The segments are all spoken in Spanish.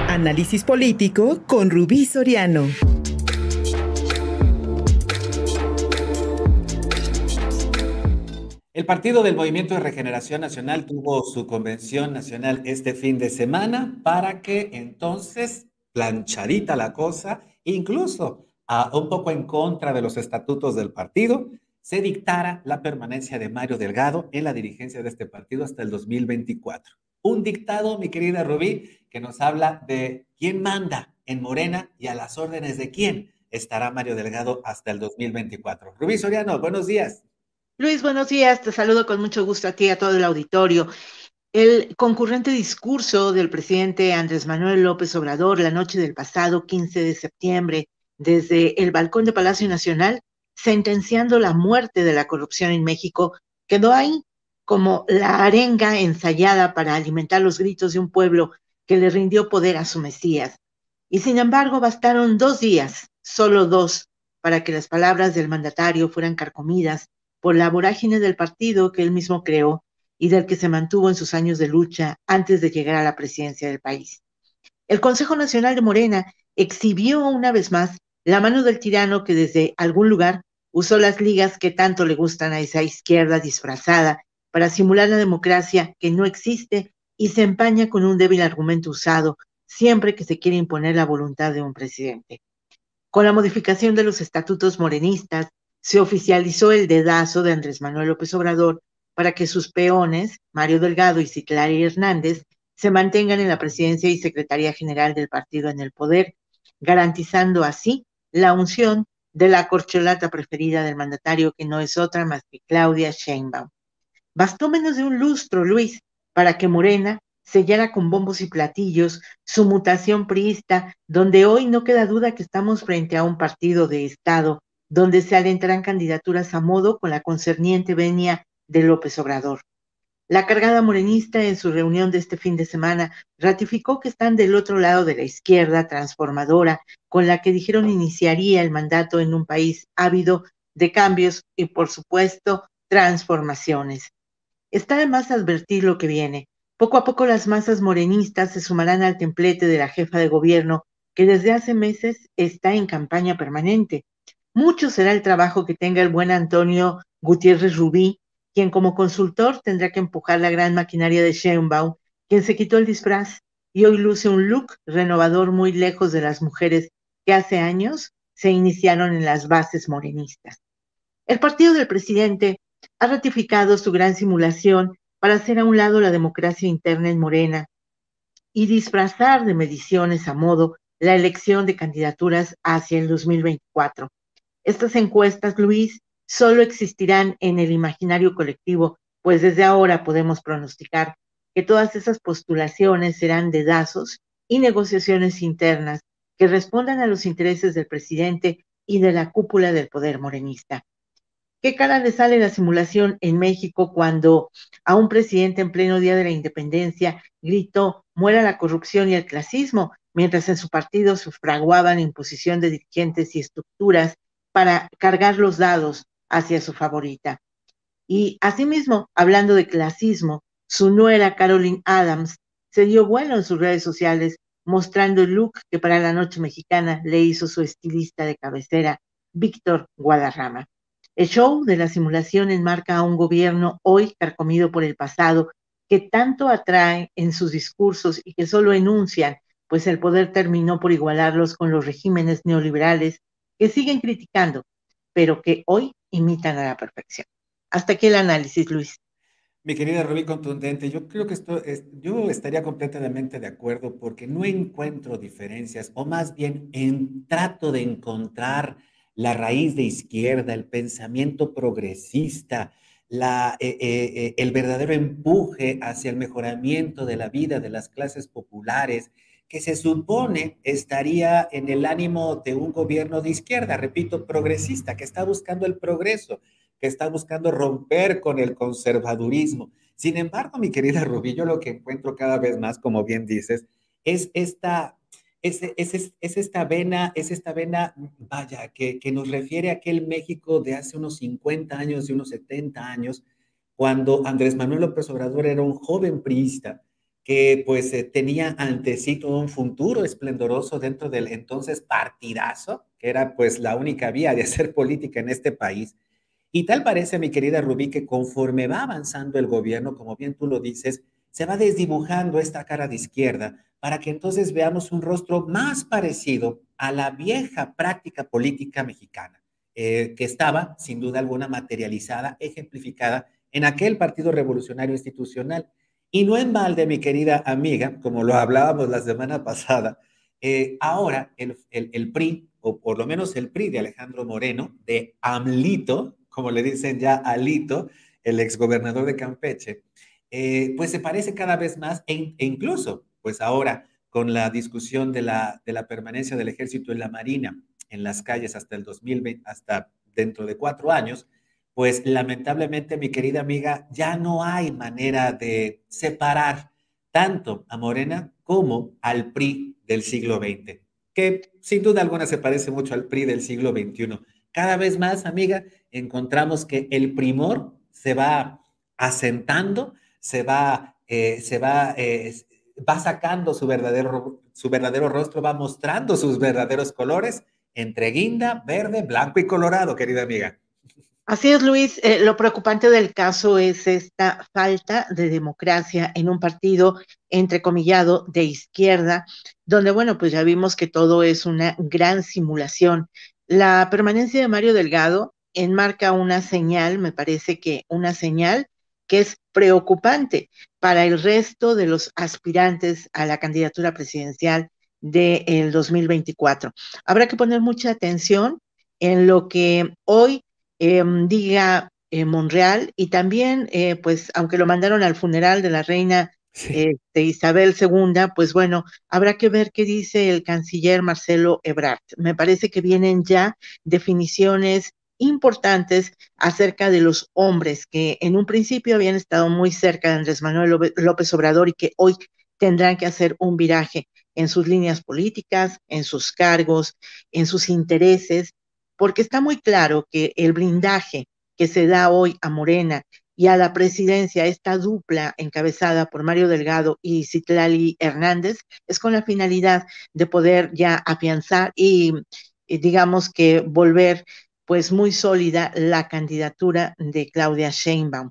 Análisis político con Rubí Soriano. El Partido del Movimiento de Regeneración Nacional tuvo su convención nacional este fin de semana para que entonces, planchadita la cosa, incluso un poco en contra de los estatutos del partido, se dictara la permanencia de Mario Delgado en la dirigencia de este partido hasta el 2024. Un dictado, mi querida Rubí, que nos habla de quién manda en Morena y a las órdenes de quién estará Mario Delgado hasta el 2024. Rubí Soriano, buenos días. Luis, buenos días. Te saludo con mucho gusto a ti y a todo el auditorio. El concurrente discurso del presidente Andrés Manuel López Obrador la noche del pasado 15 de septiembre desde el balcón de Palacio Nacional, sentenciando la muerte de la corrupción en México, quedó ahí como la arenga ensayada para alimentar los gritos de un pueblo que le rindió poder a su Mesías. Y sin embargo, bastaron 2 días, solo 2, para que las palabras del mandatario fueran carcomidas por la vorágine del partido que él mismo creó y del que se mantuvo en sus años de lucha antes de llegar a la presidencia del país. El Consejo Nacional de Morena exhibió una vez más la mano del tirano que desde algún lugar usó las ligas que tanto le gustan a esa izquierda disfrazada para simular la democracia que no existe y se empaña con un débil argumento usado siempre que se quiere imponer la voluntad de un presidente. Con la modificación de los estatutos morenistas, se oficializó el dedazo de Andrés Manuel López Obrador para que sus peones, Mario Delgado y Citlali Hernández, se mantengan en la presidencia y secretaría general del partido en el poder, garantizando así la unción de la corcholata preferida del mandatario, que no es otra más que Claudia Sheinbaum. Bastó menos de un lustro, Luis, para que Morena sellara con bombos y platillos su mutación priista, donde hoy no queda duda que estamos frente a un partido de Estado, donde se alentarán candidaturas a modo con la concerniente venia de López Obrador. La cargada morenista en su reunión de este fin de semana ratificó que están del otro lado de la izquierda transformadora, con la que dijeron iniciaría el mandato en un país ávido de cambios y, por supuesto, transformaciones. Está de más advertir lo que viene. Poco a poco las masas morenistas se sumarán al templete de la jefa de gobierno, que desde hace meses está en campaña permanente. Mucho será el trabajo que tenga el buen Antonio Gutiérrez Rubí, quien como consultor tendrá que empujar la gran maquinaria de Sheinbaum, quien se quitó el disfraz y hoy luce un look renovador muy lejos de las mujeres que hace años se iniciaron en las bases morenistas. El partido del presidente ha ratificado su gran simulación para hacer a un lado la democracia interna en Morena y disfrazar de mediciones a modo la elección de candidaturas hacia el 2024. Estas encuestas, Luis, solo existirán en el imaginario colectivo, pues desde ahora podemos pronosticar que todas esas postulaciones serán dedazos y negociaciones internas que respondan a los intereses del presidente y de la cúpula del poder morenista. ¿Qué cara le sale la simulación en México cuando a un presidente en pleno día de la independencia gritó muera la corrupción y el clasismo, mientras en su partido se fraguaban la imposición de dirigentes y estructuras para cargar los dados hacia su favorita? Y asimismo, hablando de clasismo, su nuera Caroline Adams se dio vuelo en sus redes sociales mostrando el look que para la noche mexicana le hizo su estilista de cabecera, Víctor Guadarrama. El show de la simulación enmarca a un gobierno hoy carcomido por el pasado que tanto atrae en sus discursos y que solo enuncian, pues el poder terminó por igualarlos con los regímenes neoliberales que siguen criticando, pero que hoy imitan a la perfección. Hasta aquí el análisis, Luis. Mi querida Rubí Contundente, yo creo que yo estaría completamente de acuerdo porque no encuentro diferencias, o más bien trato de encontrar la raíz de izquierda, el pensamiento progresista, el verdadero empuje hacia el mejoramiento de la vida de las clases populares, que se supone estaría en el ánimo de un gobierno de izquierda, repito, progresista, que está buscando el progreso, que está buscando romper con el conservadurismo. Sin embargo, mi querida Rubí, yo lo que encuentro cada vez más, como bien dices, es es esta vena, vaya, que nos refiere a aquel México de hace unos 50 años, de unos 70 años, cuando Andrés Manuel López Obrador era un joven priista que pues tenía ante sí todo un futuro esplendoroso dentro del entonces partidazo, que era pues la única vía de hacer política en este país. Y tal parece, mi querida Rubí, que conforme va avanzando el gobierno, como bien tú lo dices, se va desdibujando esta cara de izquierda para que entonces veamos un rostro más parecido a la vieja práctica política mexicana, que estaba, sin duda alguna, materializada, ejemplificada en aquel Partido Revolucionario Institucional. Y no en balde, mi querida amiga, como lo hablábamos la semana pasada, ahora el PRI, o por lo menos el PRI de Alejandro Moreno, de AMLito, como le dicen ya Alito, el exgobernador de Campeche, pues se parece cada vez más e incluso, pues ahora con la discusión de la permanencia del ejército en la marina en las calles hasta el 2020, hasta dentro de 4 años, pues lamentablemente, mi querida amiga, ya no hay manera de separar tanto a Morena como al PRI del siglo XX, que sin duda alguna se parece mucho al PRI del siglo XXI. Cada vez más, amiga, encontramos que el primor se va asentando, va sacando su verdadero rostro, va mostrando sus verdaderos colores entre guinda, verde, blanco y colorado, querida amiga. Así es, Luis. Lo preocupante del caso es esta falta de democracia en un partido entrecomillado de izquierda, donde, bueno, pues ya vimos que todo es una gran simulación. La permanencia de Mario Delgado enmarca una señal, me parece que una señal que es preocupante para el resto de los aspirantes a la candidatura presidencial del 2024. Habrá que poner mucha atención en lo que hoy diga Monreal, y también, pues, aunque lo mandaron al funeral de la reina Sí. Isabel II, pues bueno, habrá que ver qué dice el canciller Marcelo Ebrard. Me parece que vienen ya definiciones importantes acerca de los hombres que en un principio habían estado muy cerca de Andrés Manuel López Obrador y que hoy tendrán que hacer un viraje en sus líneas políticas, en sus cargos, en sus intereses, porque está muy claro que el blindaje que se da hoy a Morena y a la presidencia, esta dupla encabezada por Mario Delgado y Citlali Hernández, es con la finalidad de poder ya afianzar y digamos que volver pues muy sólida la candidatura de Claudia Sheinbaum.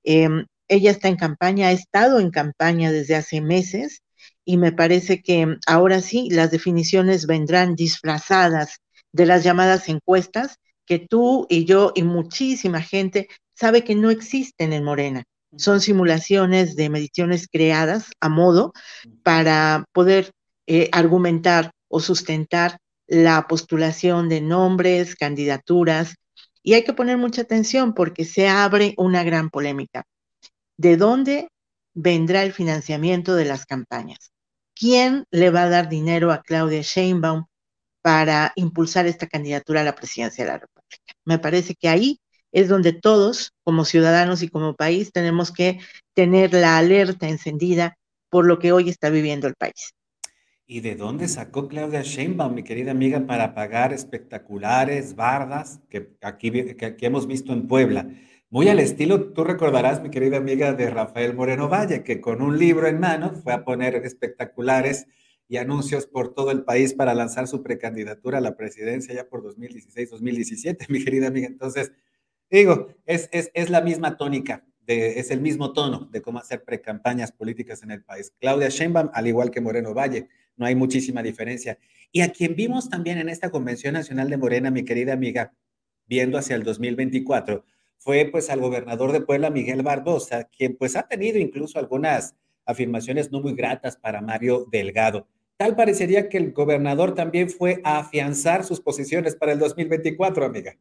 Ella está en campaña, ha estado en campaña desde hace meses y me parece que ahora sí las definiciones vendrán disfrazadas de las llamadas encuestas que tú y yo y muchísima gente sabe que no existen en Morena. Son simulaciones de mediciones creadas a modo para poder argumentar o sustentar la postulación de nombres, candidaturas, y hay que poner mucha atención porque se abre una gran polémica. ¿De dónde vendrá el financiamiento de las campañas? ¿Quién le va a dar dinero a Claudia Sheinbaum para impulsar esta candidatura a la presidencia de la República? Me parece que ahí es donde todos, como ciudadanos y como país, tenemos que tener la alerta encendida por lo que hoy está viviendo el país. ¿Y de dónde sacó Claudia Sheinbaum, mi querida amiga, para pagar espectaculares bardas que aquí hemos visto en Puebla? Muy al estilo, tú recordarás, mi querida amiga, de Rafael Moreno Valle, que con un libro en mano fue a poner espectaculares y anuncios por todo el país para lanzar su precandidatura a la presidencia ya por 2016-2017, mi querida amiga. Entonces, digo, es la misma tónica, es el mismo tono de cómo hacer precampañas políticas en el país. Claudia Sheinbaum, al igual que Moreno Valle, no hay muchísima diferencia. Y a quien vimos también en esta Convención Nacional de Morena, mi querida amiga, viendo hacia el 2024, fue pues al gobernador de Puebla, Miguel Barbosa, quien pues ha tenido incluso algunas afirmaciones no muy gratas para Mario Delgado. Tal parecería que el gobernador también fue a afianzar sus posiciones para el 2024, amiga.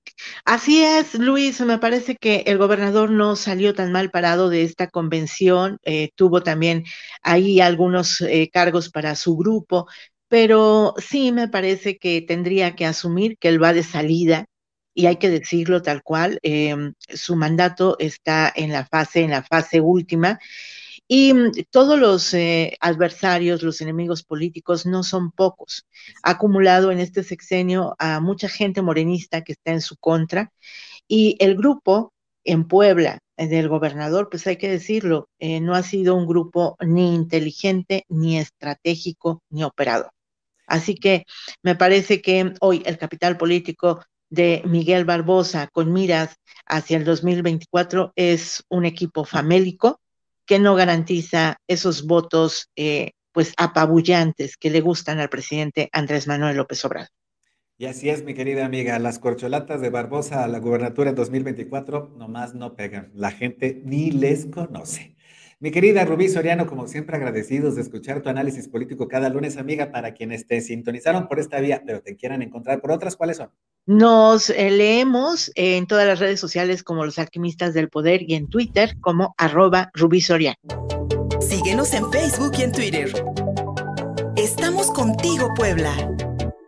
Así es, Luis, me parece que el gobernador no salió tan mal parado de esta convención, tuvo también ahí algunos cargos para su grupo, pero sí me parece que tendría que asumir que él va de salida y hay que decirlo tal cual, su mandato está en la fase última, y todos los adversarios, los enemigos políticos no son pocos. Ha acumulado en este sexenio a mucha gente morenista que está en su contra y el grupo en Puebla del gobernador, pues hay que decirlo, no ha sido un grupo ni inteligente, ni estratégico, ni operador. Así que me parece que hoy el capital político de Miguel Barbosa con miras hacia el 2024 es un equipo famélico que no garantiza esos votos pues apabullantes que le gustan al presidente Andrés Manuel López Obrador. Y así es, mi querida amiga, las corcholatas de Barbosa a la gubernatura en 2024 nomás no pegan, la gente ni les conoce. Mi querida Rubí Soriano, como siempre agradecidos de escuchar tu análisis político cada lunes, amiga, para quienes te sintonizaron por esta vía, pero te quieran encontrar por otras, ¿cuáles son? Nos leemos en todas las redes sociales como Los Alquimistas del Poder y en Twitter como @RubíSoriano. Síguenos en Facebook y en Twitter. Estamos contigo, Puebla.